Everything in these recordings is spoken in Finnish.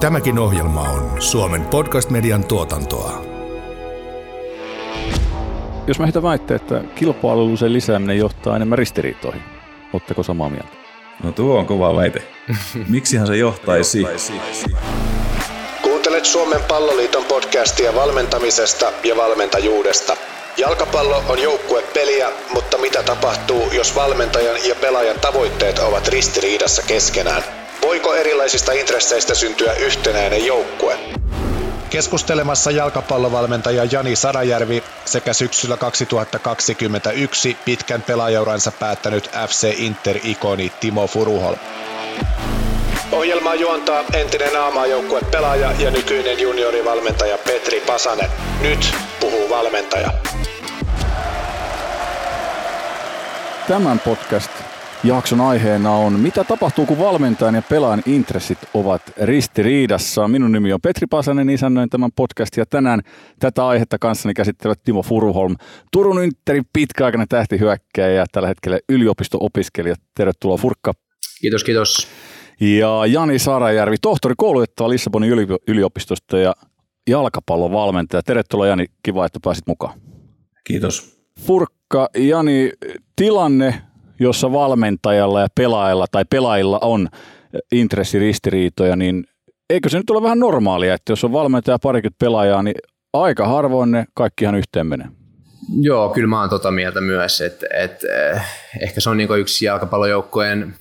Tämäkin ohjelma on Suomen podcast-median tuotantoa. Jos mä heitän väitteen, että kilpailullisen lisääminen johtaa enemmän ristiriitoihin, ootteko samaa mieltä? No tuo on kova väite. Miksihän se johtaisi? Kuuntelet Suomen Palloliiton podcastia valmentamisesta ja valmentajuudesta. Jalkapallo on joukkuepeliä, mutta mitä tapahtuu, jos valmentajan ja pelaajan tavoitteet ovat ristiriidassa keskenään? Voiko erilaisista intresseistä syntyä yhtenäinen joukkue? Keskustelemassa jalkapallovalmentaja Jani Sarajärvi sekä syksyllä 2021 pitkän pelaajauransa päättänyt FC Inter-ikoni Timo Furuholm. Ohjelmaa juontaa entinen A-maajoukkuepelaaja ja nykyinen juniorivalmentaja Petri Pasanen. Nyt puhuu valmentaja. Tämän podcast-jakson aiheena on, mitä tapahtuu, kun valmentajan ja pelaajan intressit ovat ristiriidassa. Minun nimi on Petri Pasanen, isännöin tämän podcastin ja tänään tätä aihetta kanssani käsittelevät Timo Furuholm, Turun Interin pitkäaikainen tähtihyökkääjä ja tällä hetkellä yliopisto-opiskelija. Tervetuloa Furkka. Kiitos, kiitos. Ja Jani Sarajärvi, tohtori koulutettava Lissabonin yliopistosta ja jalkapallovalmentaja. Tervetuloa Jani, kiva, että pääsit mukaan. Kiitos. Furkka, Jani, tilanne, jossa valmentajalla ja pelaajilla on intressiristiriitoja, niin eikö se nyt ole vähän normaalia, että jos on valmentaja ja parikymmentä pelaajaa, niin aika harvoin ne kaikki ihan yhteen menee? Joo, kyllä mä oon tota mieltä myös, että ehkä se on niinku yksi jalkapallojoukkueen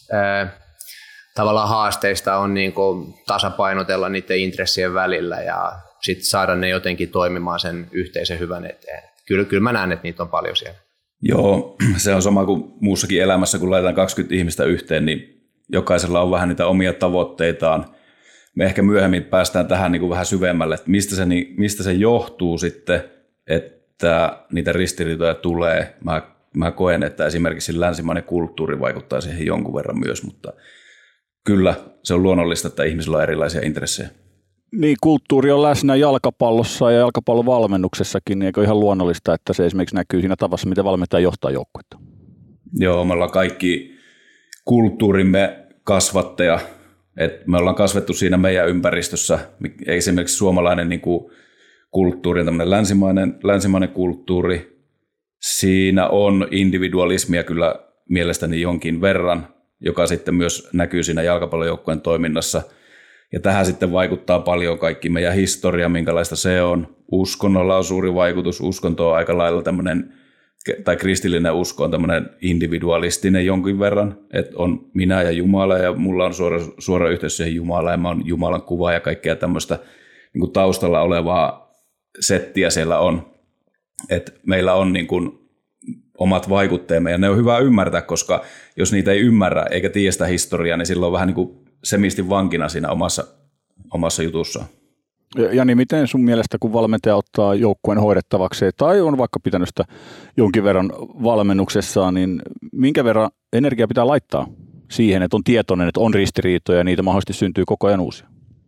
tavallaan haasteista on niinku tasapainotella niiden intressien välillä ja sitten saada ne jotenkin toimimaan sen yhteisen hyvän eteen. Kyllä mä näen, että niitä on paljon siellä. Joo, se on sama kuin muussakin elämässä, kun laitetaan 20 ihmistä yhteen, niin jokaisella on vähän niitä omia tavoitteitaan. Me ehkä myöhemmin päästään tähän niin kuin vähän syvemmälle, että mistä se johtuu sitten, että niitä ristiriitoja tulee. Mä koen, että esimerkiksi länsimainen kulttuuri vaikuttaa siihen jonkun verran myös, mutta kyllä se on luonnollista, että ihmisillä on erilaisia intressejä. Niin, kulttuuri on läsnä jalkapallossa ja jalkapallovalmennuksessakin, niin eikö ihan luonnollista, että se esimerkiksi näkyy siinä tavassa, miten valmentaja johtaa joukkuetta? Joo, me ollaan kaikki kulttuurimme kasvatteja, että me ollaan kasvettu siinä meidän ympäristössä, esimerkiksi suomalainen niin kuin kulttuuri, tämmöinen länsimainen kulttuuri, siinä on individualismia kyllä mielestäni jonkin verran, joka sitten myös näkyy siinä jalkapallojoukkueen toiminnassa. Ja tähän sitten vaikuttaa paljon kaikki meidän historia, minkälaista se on. Uskonnolla on suuri vaikutus. Uskonto on aika lailla tämmöinen, tai kristillinen usko on tämmöinen individualistinen jonkin verran, että on minä ja Jumala ja mulla on suora yhteys siihen Jumalaan ja mä oon Jumalan kuva ja kaikkea tämmöistä niin kuin taustalla olevaa settiä siellä on. Että meillä on niin kuin omat vaikutteemme ja ne on hyvä ymmärtää, koska jos niitä ei ymmärrä eikä tiedä sitä historiaa, niin silloin on vähän niin kuin semisti vankina siinä omassa jutussaan. Jani, miten sun mielestä, kun valmentaja ottaa joukkueen hoidettavakseen tai on vaikka pitänyt sitä jonkin verran valmennuksessaan, niin minkä verran energiaa pitää laittaa siihen, että on tietoinen, että on ristiriitoja ja niitä mahdollisesti syntyy koko ajan uusia?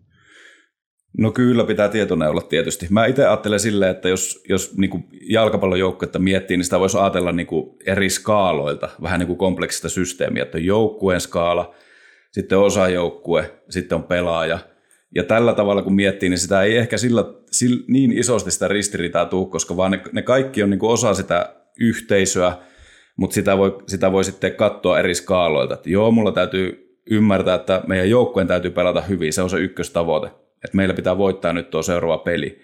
No kyllä pitää tietoinen olla tietysti. Mä itse ajattelen silleen, että jos niin kuin jalkapallojoukkuetta miettii, niin sitä voisi ajatella niin kuin eri skaaloilta, vähän niin kuin kompleksista systeemiä, että on joukkueen skaala, sitten on osajoukkue, sitten on pelaaja. Ja tällä tavalla kun miettii, niin sitä ei ehkä niin isosti sitä ristiriitaa tule, koska vaan ne kaikki on niin kuin osa sitä yhteisöä, mutta sitä voi sitten katsoa eri skaaloilta. Että joo, mulla täytyy ymmärtää, että meidän joukkueen täytyy pelata hyvin, se on se ykköstavoite. Että meillä pitää voittaa nyt tuo seuraava peli.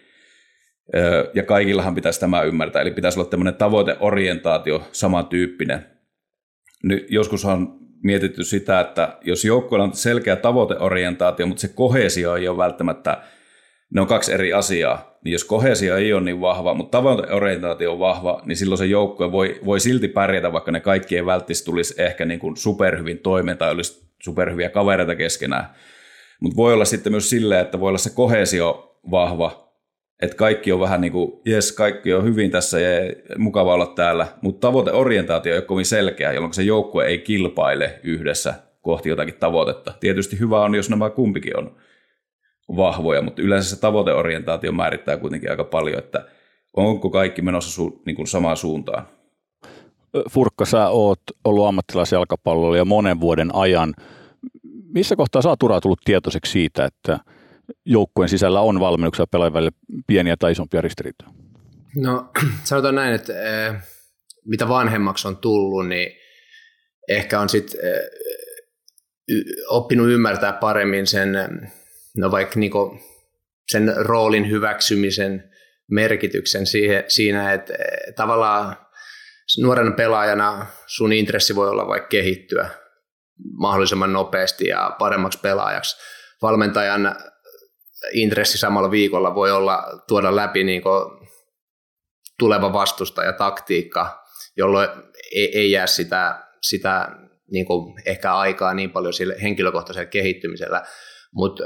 Ja kaikillahan pitäisi tämä ymmärtää, eli pitäisi olla tämmöinen tavoiteorientaatio samantyyppinen. Nyt joskus on mietitty sitä, että jos joukkueella on selkeä tavoiteorientaatio, mutta se koheesio ei ole välttämättä, ne on kaksi eri asiaa, niin jos koheesio ei ole niin vahva, mutta tavoiteorientaatio on vahva, niin silloin se joukkue voi silti pärjätä, vaikka ne kaikki ei välttämättä tulisi ehkä niin kuin superhyvin toimeen tai olisi superhyviä kavereita keskenään. Mutta voi olla sitten myös silleen, että voi olla se koheesio vahva, että kaikki on vähän niin kuin, jes, kaikki on hyvin tässä ja mukava olla täällä, mutta tavoiteorientaatio ei ole kovin selkeä, jolloin se joukkue ei kilpaile yhdessä kohti jotakin tavoitetta. Tietysti hyvä on, jos nämä kumpikin on vahvoja, mutta yleensä se tavoiteorientaatio määrittää kuitenkin aika paljon, että onko kaikki menossa niin kuin samaan suuntaan. Furkka, sä oot ollut ammattilaisjalkapalloilija monen vuoden ajan. Missä kohtaa sä oot tullut tietoiseksi siitä, että joukkueen sisällä on valmennuksella pelaajien välillä pieniä tai isompia ristiriitoja? No sanotaan näin, että mitä vanhemmaksi on tullut, niin ehkä on sitten oppinut ymmärtää paremmin sen, no vaikka niinku sen roolin hyväksymisen merkityksen siinä, että tavallaan nuorena pelaajana sun intressi voi olla vaikka kehittyä mahdollisimman nopeasti ja paremmaksi pelaajaksi. Valmentajan intressi samalla viikolla voi olla tuoda läpi niinku tuleva vastustaja taktiikka, jolloin ei jää sitä niinku ehkä aikaa niin paljon sille henkilökohtaiselle kehittymisellä, mutta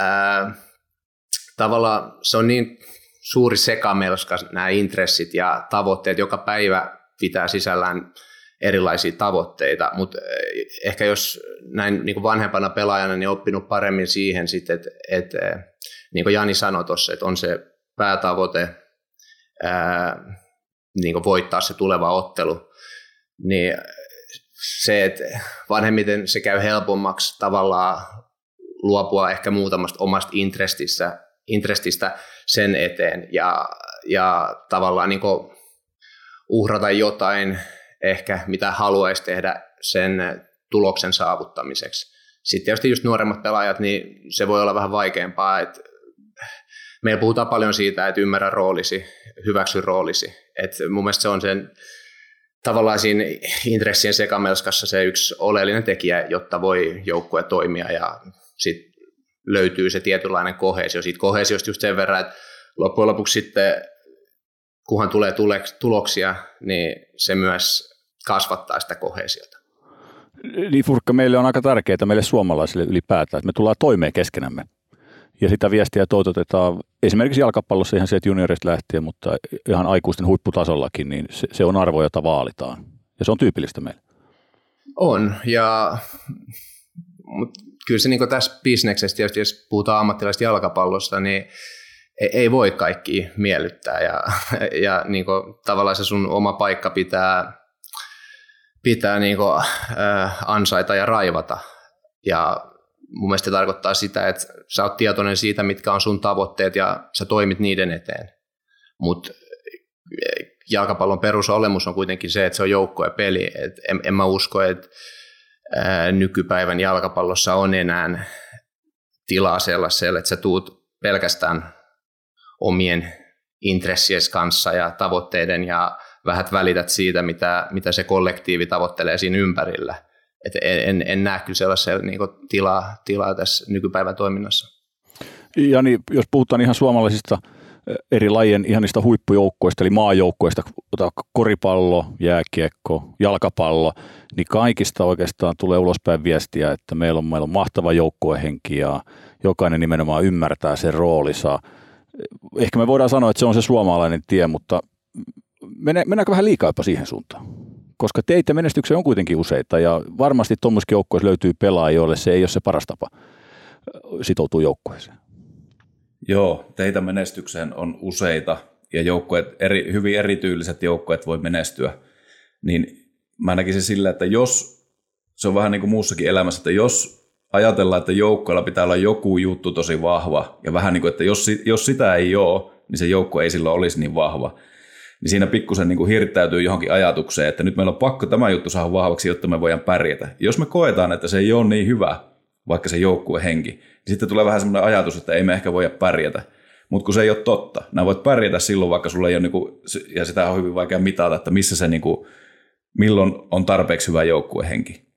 tavallaan se on niin suuri sekamelska nämä intressit ja tavoitteet, joka päivä pitää sisällään erilaisia tavoitteita, mutta ehkä jos näin niin kuin vanhempana pelaajana niin oppinut paremmin siihen sitten, että niin kuin Jani sanoi tuossa, että on se päätavoite niin kuin voittaa se tuleva ottelu, niin se, että vanhemmiten se käy helpommaksi tavallaan luopua ehkä muutamasta omasta intrestistä sen eteen ja tavallaan niin kuin uhrata jotain ehkä, mitä haluaisi tehdä sen tuloksen saavuttamiseksi. Sitten tietysti just nuoremmat pelaajat, niin se voi olla vähän vaikeampaa. Että meillä puhutaan paljon siitä, että ymmärrä roolisi, hyväksy roolisi. Että mun mielestä se on sen tavallaan siinä intressien sekamelskassa se yksi oleellinen tekijä, jotta voi joukkue toimia ja sitten löytyy se tietynlainen koheesio. Siitä koheesiosta just sen verran, että loppujen lopuksi sitten, kunhan tulee tuloksia, niin se myös kasvattaa sitä koheesiota. Niin Furkka, meille on aika tärkeää, meille suomalaisille ylipäätään, että me tullaan toimeen keskenämme. Ja sitä viestiä toitotetaan esimerkiksi jalkapallossa ihan sieltä juniorista lähtien, mutta ihan aikuisten huipputasollakin, niin se on arvo, jota vaalitaan. Ja se on tyypillistä meille. On, mutta kyllä se niin tässä bisneksessä, tietysti jos puhutaan ammattilaisesta jalkapallosta, niin ei voi kaikki miellyttää ja niin tavallaan se sun oma paikka pitää niin ansaita ja raivata. Ja mun mielestä se tarkoittaa sitä, että sä oot tietoinen siitä, mitkä on sun tavoitteet ja sä toimit niiden eteen. Mutta jalkapallon perusolemus on kuitenkin se, että se on joukkuepeli. En mä usko, että nykypäivän jalkapallossa on enää tilaa sellaiselle, että sä tuut pelkästään omien intressies kanssa ja tavoitteiden ja vähät välität siitä, mitä se kollektiivi tavoittelee siinä ympärillä. Et en näe kyllä sellaisella niin tilaa tässä nykypäivän toiminnassa. Jani, jos puhutaan ihan suomalaisista eri lajien ihanista huippujoukkoista, eli maajoukkoista, koripallo, jääkiekko, jalkapallo, niin kaikista oikeastaan tulee ulospäin viestiä, että meillä on mahtava joukkuehenki ja jokainen nimenomaan ymmärtää sen roolinsa. Ehkä me voidaan sanoa, että se on se suomalainen tie, mutta mennäänkö vähän liikaa jopa siihen suuntaan? Koska teitä menestyksiä on kuitenkin useita ja varmasti tuommoisissa joukkueissa löytyy pelaajia, joille se ei ole se paras tapa sitoutua joukkueeseen. Joo, teitä menestykseen on useita ja hyvin erityyliset joukkueet voi menestyä. Niin mä näkisin sillä, että jos, se on vähän niin kuin muussakin elämässä, että jos ajatellaan, että joukkueella pitää olla joku juttu tosi vahva ja vähän niin kuin, että jos sitä ei ole, niin se joukkue ei silloin olisi niin vahva. Niin siinä pikkusen niin kuin hirttäytyy johonkin ajatukseen, että nyt meillä on pakko tämä juttu saada vahvaksi, jotta me voidaan pärjätä. Jos me koetaan, että se ei ole niin hyvä, vaikka se joukkuehenki, niin sitten tulee vähän semmoinen ajatus, että ei me ehkä voida pärjätä. Mutta kun se ei ole totta. Nämä voit pärjätä silloin, vaikka sulla ei ole, niinku, ja sitä on hyvin vaikea mitata, että missä se, niinku, milloin on tarpeeksi hyvä joukkuehenki.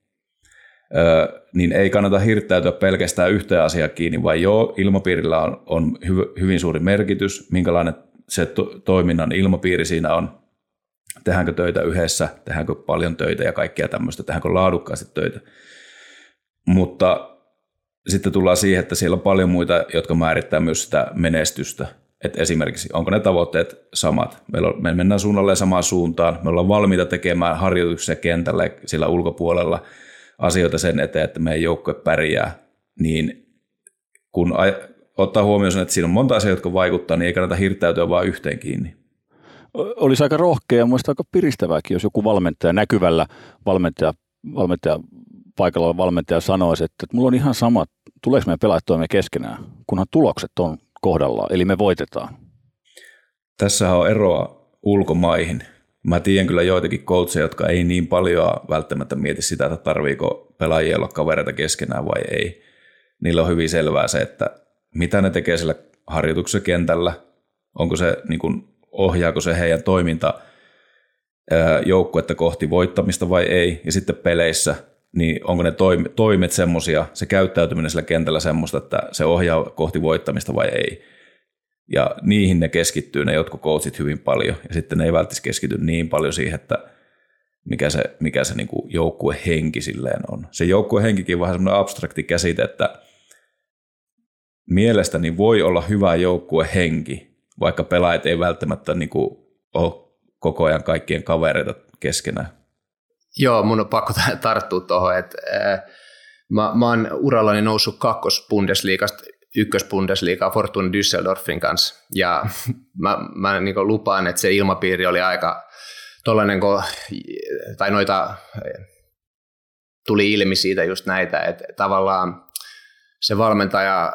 Niin ei kannata hirttäytyä pelkästään yhteen asiaan kiinni, vaan joo, ilmapiirillä on hyvin suuri merkitys, minkälainen se toiminnan ilmapiiri siinä on, tehdäänkö töitä yhdessä, tehdäänkö paljon töitä ja kaikkea tämmöistä, tehdäänkö laadukkaasti töitä. Mutta sitten tullaan siihen, että siellä on paljon muita, jotka määrittää myös sitä menestystä. Että esimerkiksi, onko ne tavoitteet samat? Me mennään suunnalleen samaan suuntaan, me ollaan valmiita tekemään harjoituksia kentällä sillä ulkopuolella asioita sen eteen, että meidän joukkue pärjää, niin kun ottaa huomioon sen, että siinä on monta asiaa, jotka vaikuttaa, niin ei kannata hirttäytyä vaan yhteen kiinni. Olisi aika rohkea ja mielestäni aika piristävääkin, jos joku valmentaja näkyvällä paikalla valmentaja sanoisi, että mulla on ihan sama, tuleeko meidän pelaajat toimeen keskenään. kunhan tulokset on kohdallaan, eli me voitetaan. Tässähän on eroa ulkomaihin. Mä tiedän kyllä joitakin coacheja, jotka ei niin paljon välttämättä mieti sitä, että tarviiko pelaajia olla kavereita keskenään vai ei. Niillä on hyvin selvää se, että mitä ne tekee sillä harjoituksessa kentällä, onko se, niin kuin, ohjaako se heidän toiminta joukkuetta kohti voittamista vai ei, ja sitten peleissä, niin onko ne toimet semmoisia, se käyttäytyminen sillä kentällä semmoista, että se ohjaa kohti voittamista vai ei. Ja niihin ne keskittyy, ne jotkut coachit hyvin paljon, ja sitten ne ei välttämättä keskity niin paljon siihen, että mikä se niin kuin joukkuehenki silleen on. Se joukkuehenkikin on vähän semmoinen abstrakti käsite, että mielestäni voi olla hyvä joukkuehenki, vaikka pelaajat ei välttämättä niin kuin ole koko ajan kaikkien kavereita keskenään. Joo, mun on pakko tarttua tuohon, että mä oon urallani noussut kakkos-Bundesliigasta ykkös-Bundesliigaa Fortuna Düsseldorfin kanssa, ja mä niin kuin lupaan, että se ilmapiiri oli aika tollainen, tai noita tuli ilmi siitä just näitä, että tavallaan se valmentaja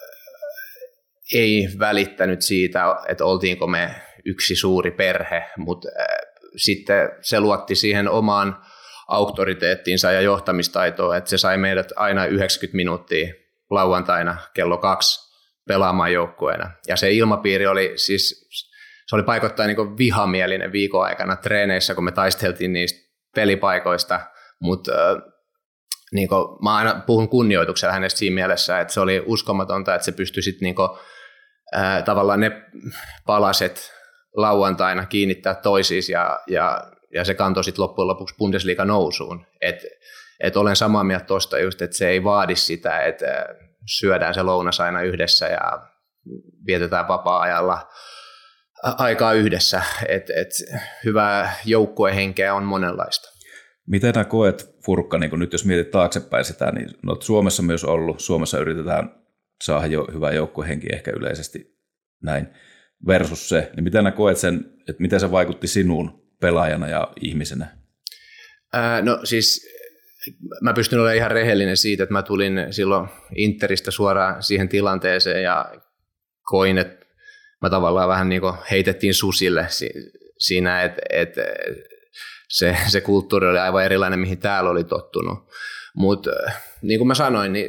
ei välittänyt siitä, että oltiinko me yksi suuri perhe, mutta sitten se luotti siihen omaan auktoriteettiinsa ja johtamistaitoon, että se sai meidät aina 90 minuuttia lauantaina kello 2 pelaamaan joukkueena. Ja se ilmapiiri oli siis, se oli paikoittain niin kuin vihamielinen viikon aikana treeneissä, kun me taisteltiin niistä pelipaikoista, mutta niin kuin, mä aina puhun kunnioituksella hänestä siinä mielessä, että se oli uskomatonta, että se pystyi sitten niin kuin, tavallaan ne palaset lauantaina kiinnittää toisiinsa ja se kantoi sitten loppujen lopuksi Bundesliiga nousuun. Et olen samaa mieltä tuosta just, että se ei vaadi sitä, että syödään se lounas aina yhdessä ja vietetään vapaa-ajalla aikaa yhdessä. Et hyvää joukkuehenkeä on monenlaista. Miten nämä koet, Furkka, niin nyt jos mietit taaksepäin sitä, niin olet Suomessa myös ollut. Suomessa yritetään saada jo hyvää joukkuehenki ehkä yleisesti näin versus se. Niin miten nämä koet sen, että miten se vaikutti sinuun pelaajana ja ihmisenä? No siis mä pystyn olemaan ihan rehellinen siitä, että mä tulin silloin Interistä suoraan siihen tilanteeseen ja koin, että mä tavallaan vähän niin kuin heitettiin susille siinä, että se kulttuuri oli aivan erilainen, mihin täällä oli tottunut. Mutta niin kuin mä sanoin, niin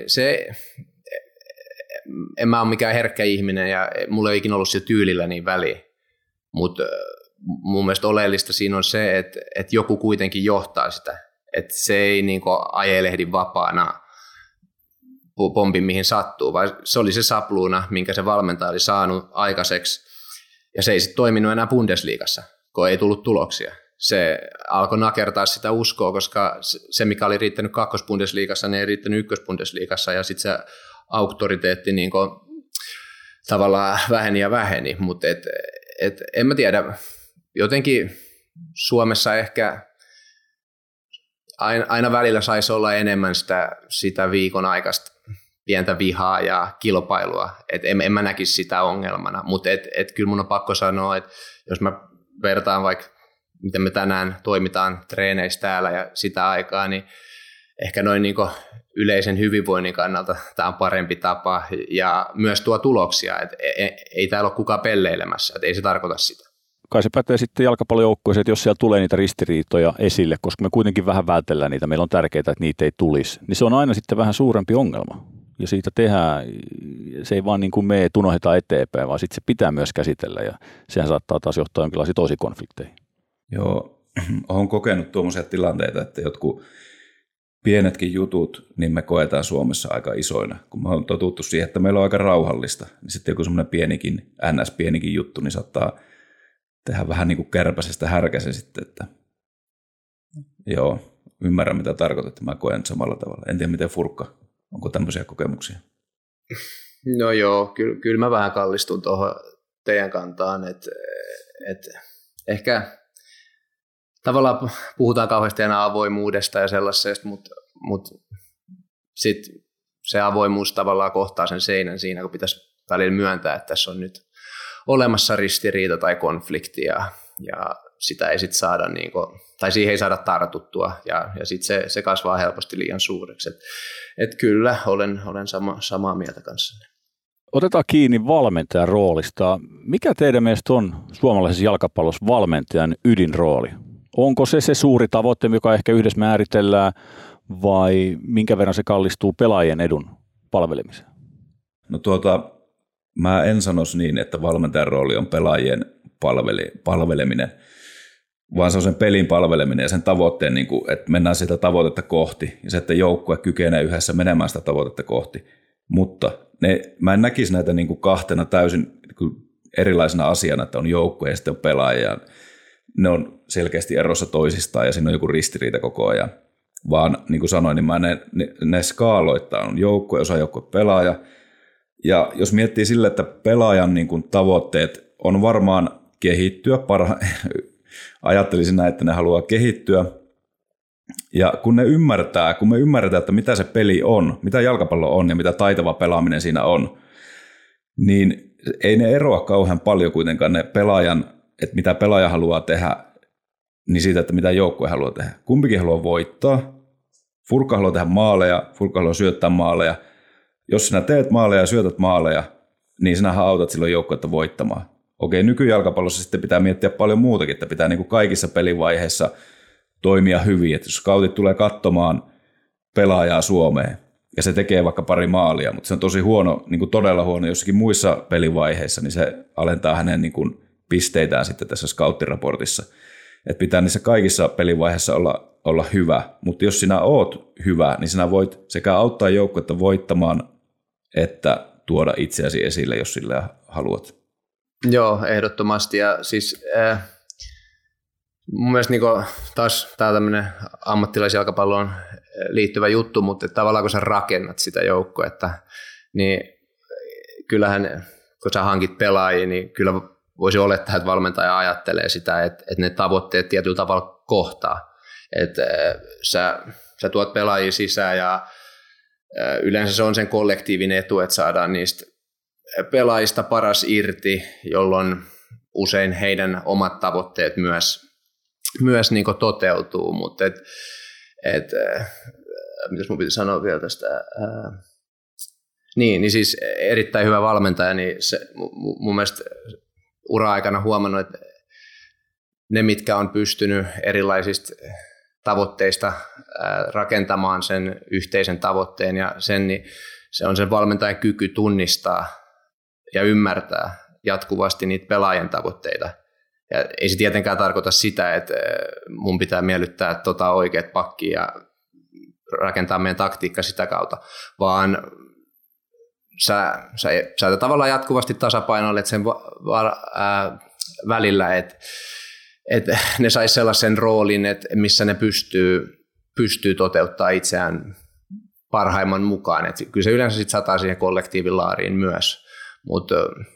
en mä ole mikään herkkä ihminen ja mulla ei ole ikinä ollut sillä tyylillä niin väliä. Mutta mun mielestä oleellista siinä on se, että joku kuitenkin johtaa sitä. Että se ei niin kuin ajelehdi vapaana pompi mihin sattuu, vaan se oli se sapluuna, minkä se valmentaja oli saanut aikaiseksi. Ja se ei sitten toiminut enää Bundesliigassa, kun ei tullut tuloksia. Se alkoi nakertaa sitä uskoa, koska se mikä oli riittänyt kakkos-Bundesliigassa, niin ei riittänyt ykkös-Bundesliigassa, ja sitten se auktoriteetti niin kuin tavallaan väheni, mutta en mä tiedä, jotenkin Suomessa ehkä aina välillä saisi olla enemmän sitä viikon aikaista pientä vihaa ja kilpailua, että en mä näkisi sitä ongelmana, mutta kyllä mun on pakko sanoa, että jos mä vertaan vaikka miten me tänään toimitaan treeneissä täällä ja sitä aikaa, niin ehkä noin niin kuin yleisen hyvinvoinnin kannalta tämä on parempi tapa ja myös tuo tuloksia, että ei täällä ole kukaan pelleilemässä, että ei se tarkoita sitä. Kai se pätee sitten jalkapallojoukkueeseen, että jos siellä tulee niitä ristiriitoja esille, koska me kuitenkin vähän vältellään niitä, meillä on tärkeää, että niitä ei tulisi, niin se on aina sitten vähän suurempi ongelma. Ja siitä tehdään, se ei vaan niin kuin me unohdetaan eteenpäin, vaan sitten se pitää myös käsitellä ja sehän saattaa taas johtaa jonkinlaisiin toisiin konflikteihin. Joo, olen kokenut tuommoisia tilanteita, että jotkut pienetkin jutut, niin me koetaan Suomessa aika isoina. Kun me on totuttu siihen, että meillä on aika rauhallista, niin sitten joku semmoinen pienikin juttu, niin saattaa tehdä vähän niin kuin kärpäsestä härkäsen sitten, että joo, ymmärrän mitä tarkoitat, mä koen samalla tavalla. En tiedä miten Furkka, onko tämmöisiä kokemuksia? No joo, kyllä mä vähän kallistun tuohon teidän kantaan, että ehkä tavallaan puhutaan kauheasti enää avoimuudesta ja sellaisesta, mutta sitten se avoimuus tavallaan kohtaa sen seinän siinä, kun pitäisi välillä myöntää, että tässä on nyt olemassa ristiriita tai konflikti ja sitä ei sitten saada, tai siihen ei saada tartuttua ja sitten se kasvaa helposti liian suureksi. Et kyllä, olen samaa mieltä kanssanne. Otetaan kiinni valmentajan roolista. Mikä teidän mielestä on suomalaisessa jalkapallossa valmentajan ydinrooli? Onko se suuri tavoite, joka ehkä yhdessä määritellään, vai minkä verran se kallistuu pelaajien edun palvelemiseen? No mä en sanoisi niin, että valmentajan rooli on pelaajien palveleminen, vaan se on sen pelin palveleminen ja sen tavoitteen, niin kuin, että mennään sitä tavoitetta kohti ja se, että joukkue kykenee yhdessä menemään sitä tavoitetta kohti. Mutta mä en näkisi näitä niin kuin kahtena täysin niin kuin erilaisena asiana, että on joukkue ja sitten on pelaaja. Ne on selkeästi erossa toisistaan ja siinä on joku ristiriita koko ajan. Vaan niin kuin sanoin, niin mä ne skaaloittaa. On joukkue, osa joukkue, pelaaja. Ja jos miettii sille, että pelaajan niin kuin tavoitteet on varmaan kehittyä, ajattelisin näin, että ne haluaa kehittyä. Ja kun me ymmärretään, että mitä se peli on, mitä jalkapallo on ja mitä taitava pelaaminen siinä on, niin ei ne eroa kauhean paljon kuitenkaan ne pelaajan, että mitä pelaaja haluaa tehdä, niin siitä, että mitä joukkue haluaa tehdä. Kumpikin haluaa voittaa, Furkka haluaa tehdä maaleja, Furkka haluaa syöttää maaleja. Jos sinä teet maaleja ja syötät maaleja, niin sinähän autat silloin joukkuetta voittamaan. Okei, nykyjalkapallossa sitten pitää miettiä paljon muutakin, että pitää niin kuin kaikissa pelivaiheissa toimia hyvin. Että jos scoutit tulee katsomaan pelaajaa Suomeen ja se tekee vaikka pari maalia, mutta se on tosi huono, niin kuin todella huono jossakin muissa pelivaiheissa, niin se alentaa hänen niin kuin pisteitään sitten tässä scouttiraportissa. Että pitää niissä kaikissa pelivaiheissa olla hyvä, mutta jos sinä oot hyvä, niin sinä voit sekä auttaa joukkuetta voittamaan, että tuoda itseäsi esille, jos sillä haluat. Joo, ehdottomasti. Ja siis mun mielestä niin taas tämä on tämmöinen ammattilaisjalkapalloon liittyvä juttu, mutta tavallaan kun sä rakennat sitä joukkuetta, niin kyllähän kun sä hankit pelaajia, niin kyllä voisi olettaa, että valmentaja ajattelee sitä, että ne tavoitteet tietyllä tavalla kohtaa. Että sä tuot pelaajia sisään ja yleensä se on sen kollektiivinen etu, että saadaan niistä pelaajista paras irti, jolloin usein heidän omat tavoitteet myös niin kuin toteutuu. Mutta mitäs mun piti sanoa vielä tästä? Niin siis erittäin hyvä valmentaja, niin se, mun mielestä ura-aikana huomannut, että ne, mitkä on pystynyt erilaisista tavoitteista rakentamaan sen yhteisen tavoitteen ja sen, niin se on sen valmentajan kyky tunnistaa ja ymmärtää jatkuvasti niitä pelaajien tavoitteita. Ja ei se tietenkään tarkoita sitä, että mun pitää miellyttää oikeat pakkia ja rakentaa meidän taktiikka sitä kautta, vaan sä tavallaan jatkuvasti tasapainoilet sen välillä, että ne sais sellaisen roolin, että missä ne pystyy toteuttaa itseään parhaimman mukaan. Et kyllä se yleensä sit sataa siihen kollektiivin laariin myös, mutta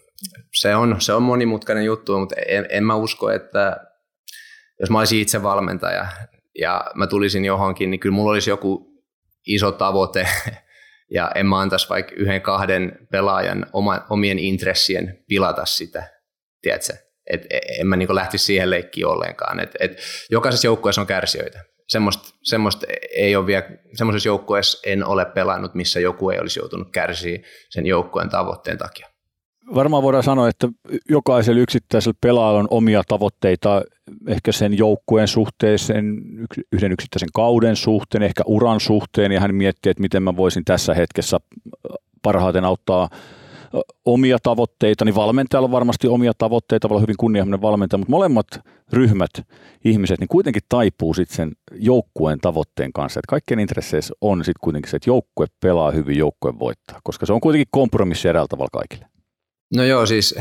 se on monimutkainen juttu, mutta en mä usko, että jos mä olisin itse valmentaja ja mä tulisin johonkin, niin kyllä mulla olisi joku iso tavoite ja en mä antaisi vaikka 1-2 pelaajan omien intressien pilata sitä, tiedätkö? En mä niin lähtisi siihen leikkiin ollenkaan. Jokaisessa joukkueessa on kärsijöitä. Semmoista ei ole vielä, semmoisessa joukkueessa en ole pelannut, missä joku ei olisi joutunut kärsiä sen joukkueen tavoitteen takia. Varmaan voidaan sanoa, että jokaisella yksittäisellä pelaajalla on omia tavoitteita, ehkä sen joukkueen suhteen, sen yhden yksittäisen kauden suhteen, ehkä uran suhteen, ja hän miettii, että miten mä voisin tässä hetkessä parhaiten auttaa omia tavoitteita, niin valmentajalla on varmasti omia tavoitteita, voi olla hyvin kunnianhimoinen valmentaja, mutta molemmat ryhmät, ihmiset, niin kuitenkin taipuu sitten sen joukkueen tavoitteen kanssa, että kaikkien intresseissä on sitten kuitenkin se, että joukkue pelaa hyvin, joukkue voittaa, koska se on kuitenkin kompromissi eräällä tavalla kaikille. No joo, siis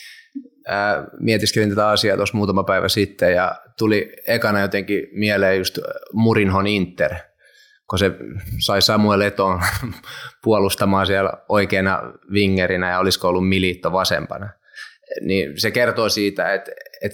mietiskelin tätä asiaa tuossa muutama päivä sitten ja tuli ekana jotenkin mieleen just Mourinhon Inter, kun se sai Samuel Eto'on puolustamaan siellä oikeana wingerinä ja olisiko ollut Milito vasempana. Niin se kertoo siitä, että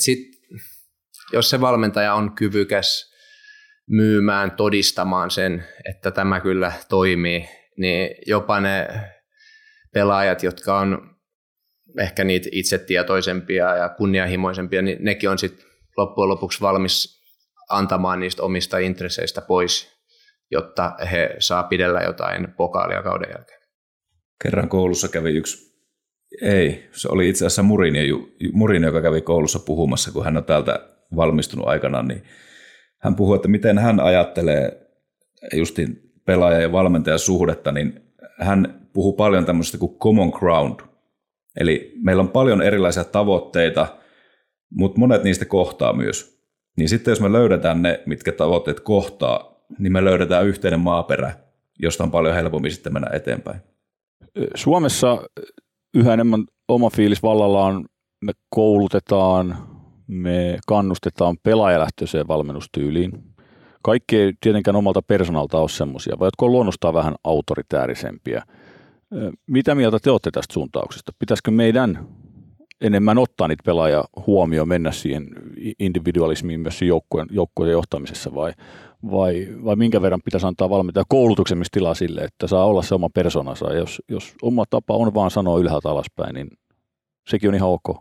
jos se valmentaja on kyvykäs myymään, todistamaan sen, että tämä kyllä toimii, niin jopa ne pelaajat, jotka on ehkä niitä itsetietoisempia ja kunnianhimoisempia, niin nekin on sitten loppujen lopuksi valmis antamaan niistä omista intresseistä pois, jotta he saa pidellä jotain pokaalia kauden jälkeen. Kerran koulussa kävi yksi Ei, se oli itse asiassa Mourinho, joka kävi koulussa puhumassa, kun hän on täältä valmistunut aikanaan, niin hän puhui, että miten hän ajattelee justiin pelaaja- ja valmentajan suhdetta, niin hän puhuu paljon tämmöisestä kuin common ground. Eli meillä on paljon erilaisia tavoitteita, mutta monet niistä kohtaa myös. Niin sitten jos me löydetään ne, mitkä tavoitteet kohtaa, niin me löydetään yhteinen maaperä, josta on paljon helpommin sitten mennä eteenpäin. Suomessa yhä enemmän oma fiilis vallalla on, me koulutetaan, me kannustetaan pelaajalähtöiseen valmennustyyliin. Kaikki ei tietenkään omalta persoonalta ole semmoisia, vai jotka on luonnostaan vähän autoritäärisempiä. Mitä mieltä te olette tästä suuntauksesta? Pitäisikö meidän enemmän ottaa niitä pelaajia huomioon, mennä siihen individualismiin myös joukkueen johtamisessa, vai minkä verran pitäisi antaa valmentaja koulutuksen myös tilaa sille, että saa olla se oma persoonansa. Jos oma tapa on vaan sanoa ylhäältä alaspäin, niin sekin on ihan ok.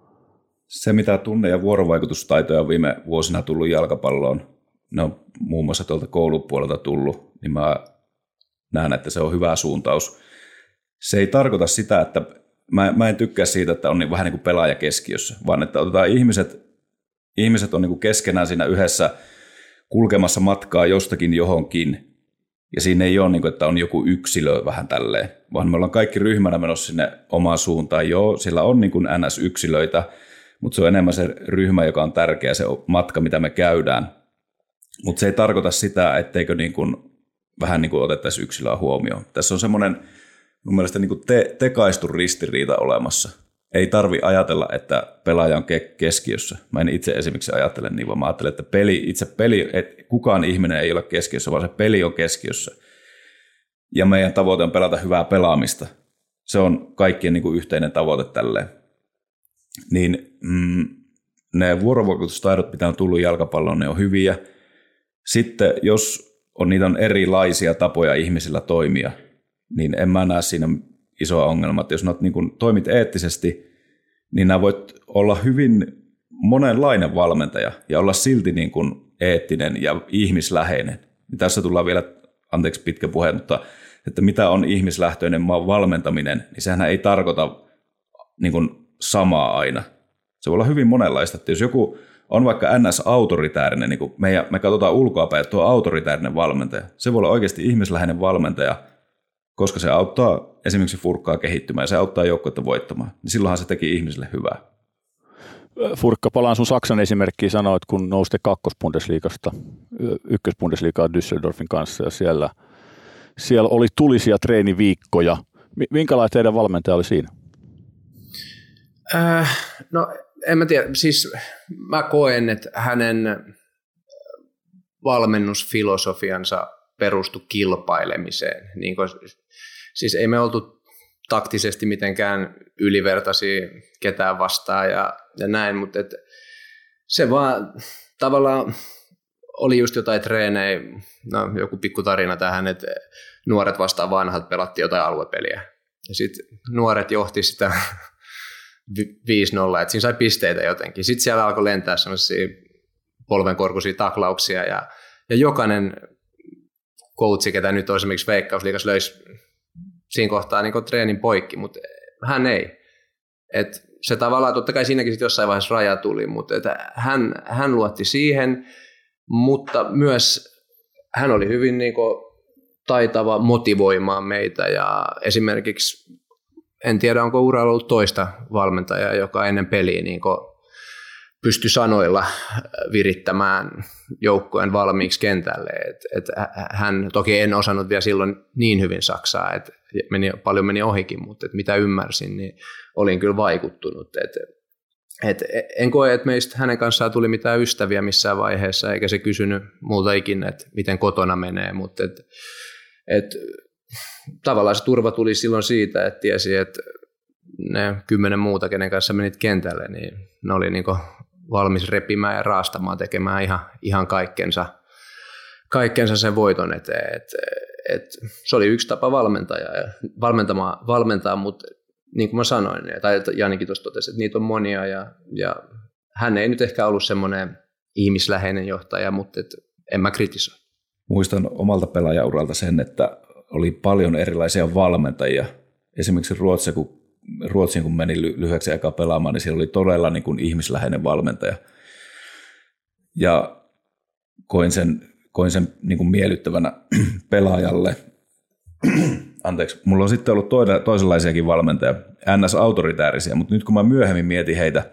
Se, mitä tunne- ja vuorovaikutustaitoja on viime vuosina tullut jalkapalloon, ne on muun muassa tuolta koulupuolelta tullut, niin mä näen, että se on hyvä suuntaus. Se ei tarkoita sitä, että mä en tykkää siitä, että on vähän niin kuin pelaaja keskiössä, vaan että otetaan ihmiset on niin kuin keskenään siinä yhdessä kulkemassa matkaa jostakin johonkin, ja siinä ei ole niin kuin, että on joku yksilö vähän tälleen, vaan me ollaan kaikki ryhmänä menossa sinne omaan suuntaan. Joo, sillä on niin kuin NS-yksilöitä, mutta se on enemmän se ryhmä, joka on tärkeä, se matka, mitä me käydään. Mutta se ei tarkoita sitä, etteikö niin kuin, vähän niin kuin otettaisiin yksilöä huomioon. Tässä on semmoinen mun mielestä niin kuin tekaistu ristiriita olemassa. Ei tarvi ajatella, että pelaaja on keskiössä. Mä en itse esimerkiksi ajattele niin, vaan mä ajattelen, että että kukaan ihminen ei ole keskiössä, vaan se peli on keskiössä. Ja meidän tavoite on pelata hyvää pelaamista. Se on kaikkien niin kuin yhteinen tavoite tälleen. Niin ne vuorovaikutustaidot, mitä on tullut jalkapalloon, ne on hyviä. Sitten jos niitä on erilaisia tapoja ihmisillä toimia, niin en mä näe siinä isoa ongelmaa. Jos niin kun toimit eettisesti, niin nämä voit olla hyvin monenlainen valmentaja ja olla silti niin kun eettinen ja ihmisläheinen. Tässä tullaan vielä, anteeksi pitkä puhe, mutta että mitä on ihmislähtöinen valmentaminen, niin sehän ei tarkoita niin kun samaa aina. Se voi olla hyvin monenlaista. Että jos joku on vaikka NS-autoritäärinen, niin kuin me katsotaan ulkoapäin, että tuo autoritäärinen valmentaja, se voi olla oikeasti ihmisläheinen valmentaja, koska se auttaa esimerkiksi Furkkaa kehittymään ja se auttaa joukkuetta voittamaan. Niin silloinhan se teki ihmisille hyvää. Furkka, palaan sun Saksan esimerkkiin, sanoit, kun nousitte kakkosbundesliigasta ykkösbundesliigaa Düsseldorfin kanssa ja siellä oli tulisia treeniviikkoja. Minkälainen teidän valmentaja oli siinä? No en mä tiedä, siis mä koen, että hänen valmennusfilosofiansa perustui kilpailemiseen. Niin kuin, siis ei me oltu taktisesti mitenkään ylivertaisia ketään vastaan ja näin, mutta se vaan tavallaan oli just jotain treenejä, no joku pikku tarina tähän, että nuoret vastaan vanhat pelattiin jotain aluepeliä. Ja sitten nuoret johti sitä 5-0, että siinä sai pisteitä jotenkin. Sitten siellä alkoi lentää sellaisia polvenkorkuisia taklauksia ja jokainen coachi, ketä nyt on esimerkiksi Veikkausliigassa, löysi siinä kohtaa niin treenin poikki, mutta hän ei. Et se tavallaan, totta kai siinäkin sit jossain vaiheessa raja tuli, mutta hän luotti siihen, mutta myös hän oli hyvin niin taitava motivoimaan meitä ja esimerkiksi en tiedä, onko uralla ollut toista valmentajaa, joka ennen peliä niin pystyi sanoilla virittämään joukkueen valmiiksi kentälle. Hän, toki en osannut vielä silloin niin hyvin saksaa, että paljon meni ohikin, mutta mitä ymmärsin, niin olin kyllä vaikuttunut. En koe, että meistä hänen kanssaan tuli mitään ystäviä missään vaiheessa, eikä se kysynyt multa ikinä, että miten kotona menee, mutta tavallaan se turva tuli silloin siitä, että tiesi, että ne 10 muuta, kenen kanssa menit kentälle, niin ne oli niin valmis repimään ja raastamaan, tekemään ihan kaikkensa sen voiton eteen. Se oli yksi tapa valmentaa, mutta niin kuin mä sanoin, tai Janikin tuossa totesi, että niitä on monia, ja hän ei nyt ehkä ollut semmoinen ihmisläheinen johtaja, mutta en mä kritisoi. Muistan omalta pelaajauralta sen, että oli paljon erilaisia valmentajia. Esimerkiksi Ruotsissa, kun Ruotsiin kun meni lyhyeksi aikaa pelaamaan, niin siellä oli todella niin kuin ihmisläheinen valmentaja. Ja koin sen niin kuin miellyttävänä pelaajalle. Anteeksi, mulla on sitten ollut toisenlaisiakin valmentajia, NS-autoritäärisiä, mutta nyt kun mä myöhemmin mietin heitä,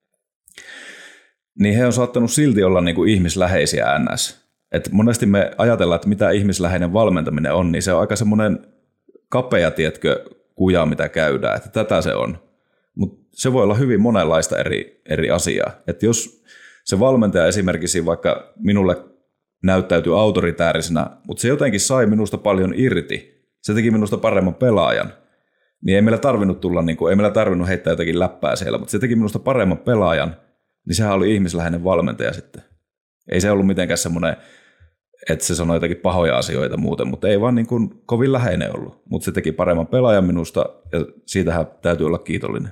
niin he on saattanut silti olla niin kuin ihmisläheisiä NS. Et monesti me ajatellaan, että mitä ihmisläheinen valmentaminen on, niin se on aika semmoinen kapea, tiedätkö, kuja, mitä käydään, että tätä se on. Mutta se voi olla hyvin monenlaista eri asiaa. Että jos se valmentaja esimerkiksi vaikka minulle näyttäytyy autoritäärisenä, mutta se jotenkin sai minusta paljon irti, se teki minusta paremman pelaajan, niin ei meillä tarvinnut heittää jotakin läppää siellä, mutta se teki minusta paremman pelaajan, niin sehän oli ihmisläheinen valmentaja sitten. Ei se ollut mitenkään semmoinen, että se sanoi jotakin pahoja asioita muuten, mutta ei vaan niin kuin kovin läheinen ollut. Mutta se teki paremman pelaajan minusta ja siitähän täytyy olla kiitollinen.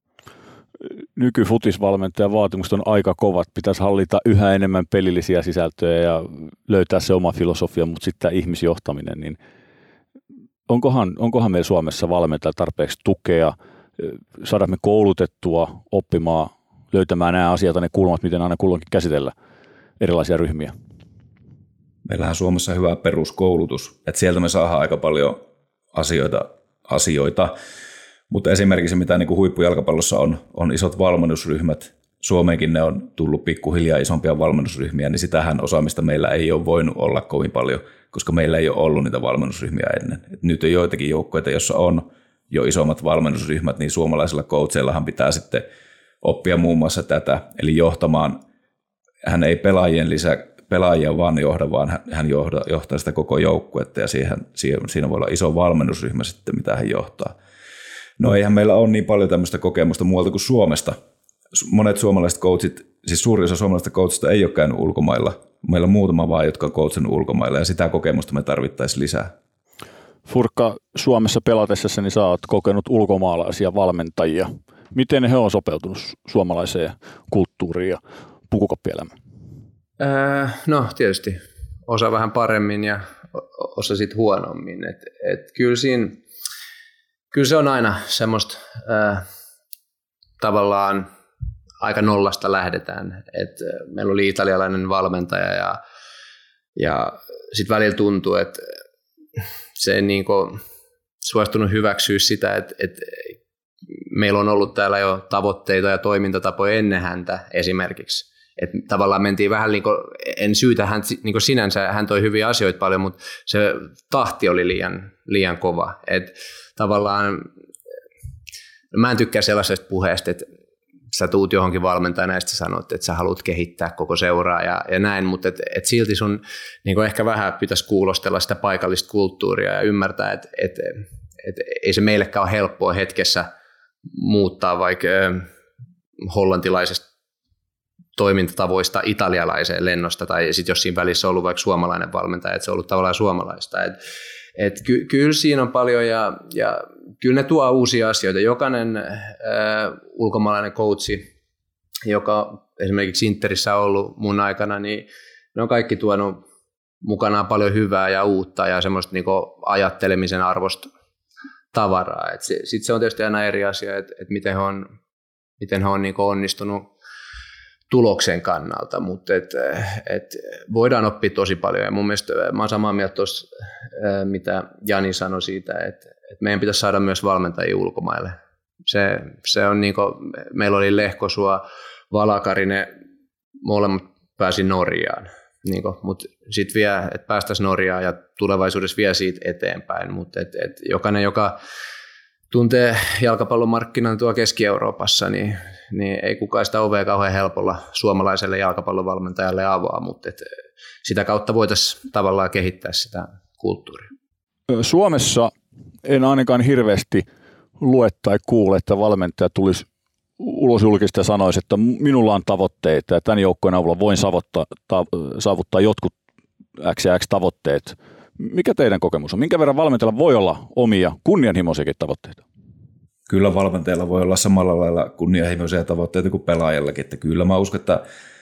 Nykyfutisvalmentajan vaatimukset on aika kovat. Pitäisi hallita yhä enemmän pelillisiä sisältöjä ja löytää se oma filosofia, mutta sitten tämä ihmisjohtaminen, niin onkohan meillä Suomessa valmentajalla tarpeeksi tukea, saada me koulutettua oppimaan, löytämään nämä asiat, ne kulmat, miten aina kulloinkin käsitellä erilaisia ryhmiä? Meillähän Suomessa on hyvä peruskoulutus, että sieltä me saadaan aika paljon asioita. Mutta esimerkiksi mitä niin kuin huippujalkapallossa on isot valmennusryhmät, Suomeenkin ne on tullut pikkuhiljaa isompia valmennusryhmiä, niin sitähän osaamista meillä ei ole voinut olla kovin paljon, koska meillä ei ole ollut niitä valmennusryhmiä ennen. Et nyt on joitakin joukkoja, joissa on jo isommat valmennusryhmät, niin suomalaisilla coacheillahan pitää sitten oppia muun muassa tätä, eli johtamaan. Hän ei pelaajia vaan johda, vaan hän johtaa sitä koko joukkuetta, ja siinä voi olla iso valmennusryhmä sitten, mitä hän johtaa. No eihän meillä ole niin paljon tämmöistä kokemusta muualta kuin Suomesta. Monet suomalaiset coachit, siis suurin osa suomalaisista coachista ei ole käynyt ulkomailla. Meillä on muutama vaan, jotka on coachannut ulkomailla, ja sitä kokemusta me tarvittaisiin lisää. Furkka, Suomessa pelatessasi niin sä oot kokenut ulkomaalaisia valmentajia. Miten he on sopeutunut suomalaiseen kulttuuriin ja pukukoppielämään? No tietysti osa vähän paremmin ja osa sitten huonommin. Kyllä se on aina semmoista tavallaan aika nollasta lähdetään. Meillä oli italialainen valmentaja ja sitten välillä tuntuu, että se ei niinku suostunut hyväksyä sitä, että meillä on ollut täällä jo tavoitteita ja toimintatapoja ennen häntä esimerkiksi. Että tavallaan mentiin vähän, en syytä hän sinänsä, hän toi hyviä asioita paljon, mutta se tahti oli liian kova. Että tavallaan mä en tykkää sellaisesta puheesta, että sä tuut johonkin valmentajana ja sitten sanot, että sä haluat kehittää koko seuraa ja näin, mutta et silti sun ehkä vähän pitäisi kuulostella sitä paikallista kulttuuria ja ymmärtää, että ei se meillekään ole helppoa hetkessä muuttaa vaikka hollantilaisesta toimintatavoista italialaiseen lennosta, tai sitten jos siinä välissä on ollut vaikka suomalainen valmentaja, että se on ollut tavallaan suomalaista. Kyllä siinä on paljon, ja kyllä ne tuo uusia asioita. Jokainen ulkomaalainen coachi, joka esimerkiksi Interissä on ollut mun aikana, niin ne on kaikki tuonut mukanaan paljon hyvää ja uutta ja semmoista ajattelemisen arvosta tavaraa. Sitten se on tietysti aina eri asia, että miten he on onnistunut tuloksen kannalta, mutta voidaan oppia tosi paljon. Ja mun mielestä mä oon samaa mieltä tuossa, mitä Jani sanoi siitä, että meidän pitäisi saada myös valmentajia ulkomaille. Se on meillä oli Lehkosua, Valakarinen, molemmat pääsi Norjaan. Mutta sitten vielä, että päästäisiin Norjaan ja tulevaisuudessa vielä siitä eteenpäin. Mutta jokainen, joka tuntee jalkapallon markkinan tuolla Keski-Euroopassa, niin ei kukaan sitä ovea kauhean helpolla suomalaiselle jalkapallovalmentajalle avaa, mutta sitä kautta voitaisiin tavallaan kehittää sitä kulttuuria. Suomessa en ainakaan hirveästi lue tai kuule, että valmentaja tulisi ulos julkista ja sanoisi, että minulla on tavoitteita ja tämän joukkojen avulla voin saavuttaa jotkut X ja X tavoitteet. Mikä teidän kokemus on? Minkä verran valmentajalla voi olla omia kunnianhimoisiakin tavoitteita? Kyllä valmentajalla voi olla samalla lailla kunnianhimoisia tavoitteita kuin pelaajallakin. Että kyllä mä uskon, että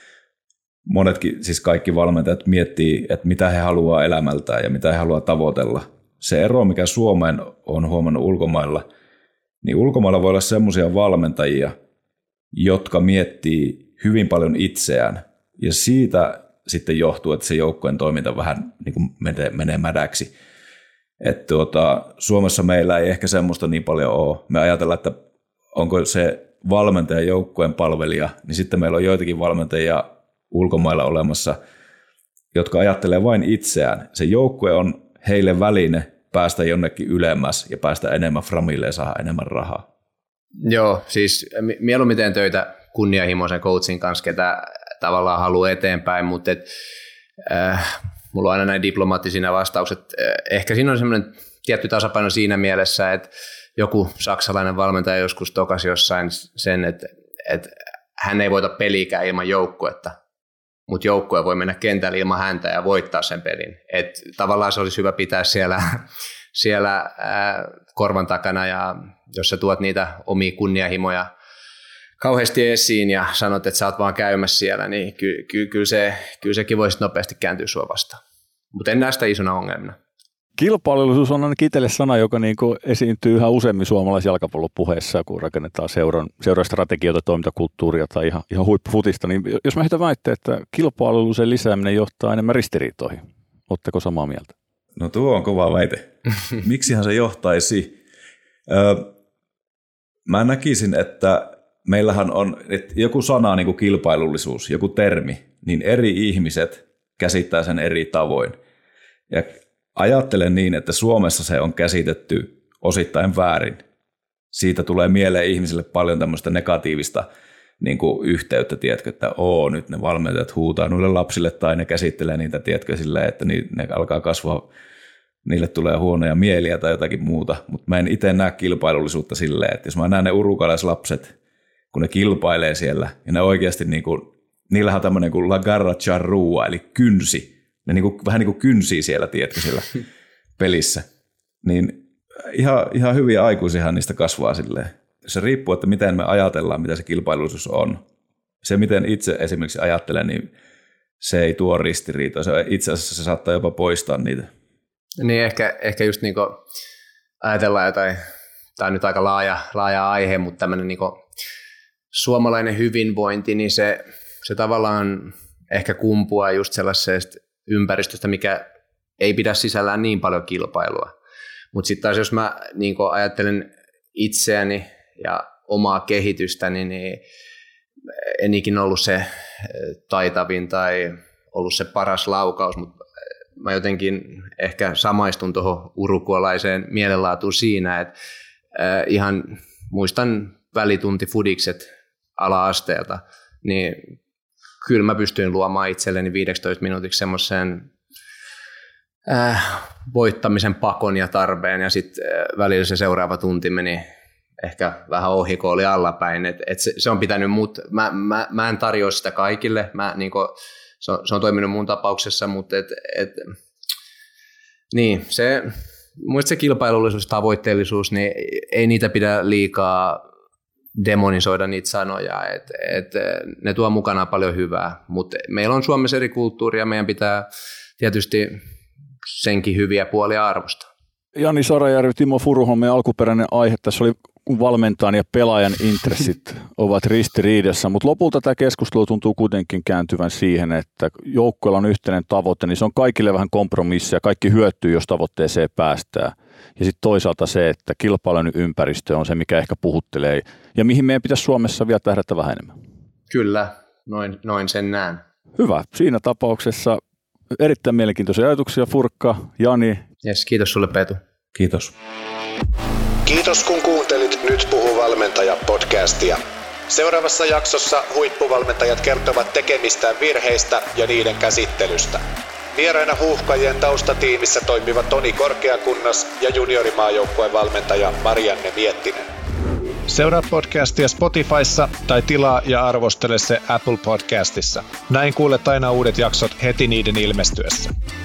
monetkin, siis kaikki valmentajat miettii, että mitä he haluaa elämältään ja mitä he haluaa tavoitella. Se ero, mikä Suomeen on huomannut ulkomailla, niin ulkomailla voi olla semmoisia valmentajia, jotka miettii hyvin paljon itseään, ja siitä sitten johtuu, että se joukkueen toiminta vähän niin kuin menee mädäksi. Että Suomessa meillä ei ehkä semmoista niin paljon ole. Me ajatellaan, että onko se valmentaja joukkueen palvelija, niin sitten meillä on joitakin valmentajia ulkomailla olemassa, jotka ajattelee vain itseään. Se joukkue on heille väline päästä jonnekin ylemmäs ja päästä enemmän framille ja saada enemmän rahaa. Joo, siis mieluummin teen töitä kunnianhimoisen coachin kanssa, ketä tavallaan haluaa eteenpäin, mutta mulla on aina näin diplomaattisina vastaukset. Ehkä siinä on semmoinen tietty tasapaino siinä mielessä, että joku saksalainen valmentaja joskus tokasi jossain sen, että hän ei voita peliikään ilman joukkuetta, mutta joukkue voi mennä kentälle ilman häntä ja voittaa sen pelin. Et tavallaan se olisi hyvä pitää siellä korvan takana, ja jos sä tuot niitä omia kunnianhimoja kauheasti esiin ja sanot, että sä oot vaan käymässä siellä, niin kyllä sekin voisi nopeasti kääntyä sua vastaan. Mutta en näe sitä isona ongelmana. Kilpailullisuus on ainakin itselle sana, joka niin kuin esiintyy yhä useammin suomalaisissa jalkapallopuheissa, kun rakennetaan seuran strategioita, toimintakulttuuria tai ihan huippufutista. Niin jos mä heitän väitteen, että kilpailullisuuden lisääminen johtaa enemmän ristiriitoihin, ootteko samaa mieltä? No tuo on kova väite. Miksihän se johtaisi? Mä näkisin, että meillähän on että joku sana, niin kuin kilpailullisuus, joku termi, niin eri ihmiset käsittää sen eri tavoin. Ja ajattelen niin, että Suomessa se on käsitetty osittain väärin. Siitä tulee mieleen ihmisille paljon tämmöistä negatiivista niin kuin yhteyttä, tiedätkö, että nyt ne valmentajat huutaa noille lapsille tai ne käsittelee niitä, tiedätkö, silleen, että ne alkaa kasvaa, niille tulee huonoja mieliä tai jotakin muuta. Mutta mä en itse näe kilpailullisuutta silleen, että jos mä näen ne urukalaislapset, kun ne kilpailee siellä, ja ne oikeasti, niin kuin, niillähän on tämmöinen kuin la garra charrua, eli kynsi. Ne niin kuin, vähän niin kuin kynsii siellä, tiedätkö, siellä pelissä. Niin ihan hyviä aikuisiahan niistä kasvaa silleen. Se riippuu, että miten me ajatellaan, mitä se kilpailullisuus on. Se, miten itse esimerkiksi ajattelen, niin se ei tuo ristiriitoa. Itse asiassa se saattaa jopa poistaa niitä. Niin ehkä just niin kuin ajatellaan jotain, tämä on nyt aika laaja aihe, mutta tämmöinen niin kuin suomalainen hyvinvointi, niin se tavallaan ehkä kumpuaa just sellaisesta ympäristöstä, mikä ei pidä sisällään niin paljon kilpailua. Mutta sitten taas jos mä niin ajattelen itseäni ja omaa kehitystäni, niin en ikinä ollut se taitavin tai ollut se paras laukaus, mutta mä jotenkin ehkä samaistun tuohon urukuolaiseen mielenlaatuun siinä, että ihan muistan välituntifudikset ala-asteelta, niin kyllä mä pystyin luomaan itselleni 15 minuutiksi semmoisen voittamisen pakon ja tarpeen, ja sitten välillä se seuraava tunti meni ehkä vähän ohi, kun oli allapäin. Et se on pitänyt mä en tarjoa sitä kaikille, se on toiminut mun tapauksessa, mutta niin, muista se kilpailullisuus, tavoitteellisuus, niin ei niitä pidä liikaa demonisoida niitä sanoja, että ne tuo mukanaan paljon hyvää, mutta meillä on Suomessa eri kulttuuria, meidän pitää tietysti senkin hyviä puolia arvostaa. Jani Sarajärvi, Timo Furuholm, meidän alkuperäinen aihe tässä oli, kun valmentajan ja pelaajan intressit ovat ristiriidassa, mutta lopulta tämä keskustelu tuntuu kuitenkin kääntyvän siihen, että joukkueella on yhteinen tavoite, niin se on kaikille vähän kompromissia, kaikki hyötyy, jos tavoitteeseen päästään. Ja sitten toisaalta se, että kilpailun ympäristö on se, mikä ehkä puhuttelee, ja mihin meidän pitäisi Suomessa vielä tähdätä vähän enemmän. Kyllä, noin sen näen. Hyvä. Siinä tapauksessa erittäin mielenkiintoisia ajatuksia, Furkka, Jani. Yes, kiitos sulle, Petu. Kiitos. Kiitos kun kuuntelit Nyt puhuu valmentaja -podcastia. Seuraavassa jaksossa huippuvalmentajat kertovat tekemistään virheistä ja niiden käsittelystä. Vieraina Huuhkajien taustatiimissä toimiva Toni Korkeakunnas ja juniorimaajoukkueen valmentaja Marianne Miettinen. Seuraa podcastia Spotifyssa tai tilaa ja arvostele se Apple Podcastissa. Näin kuulet aina uudet jaksot heti niiden ilmestyessä.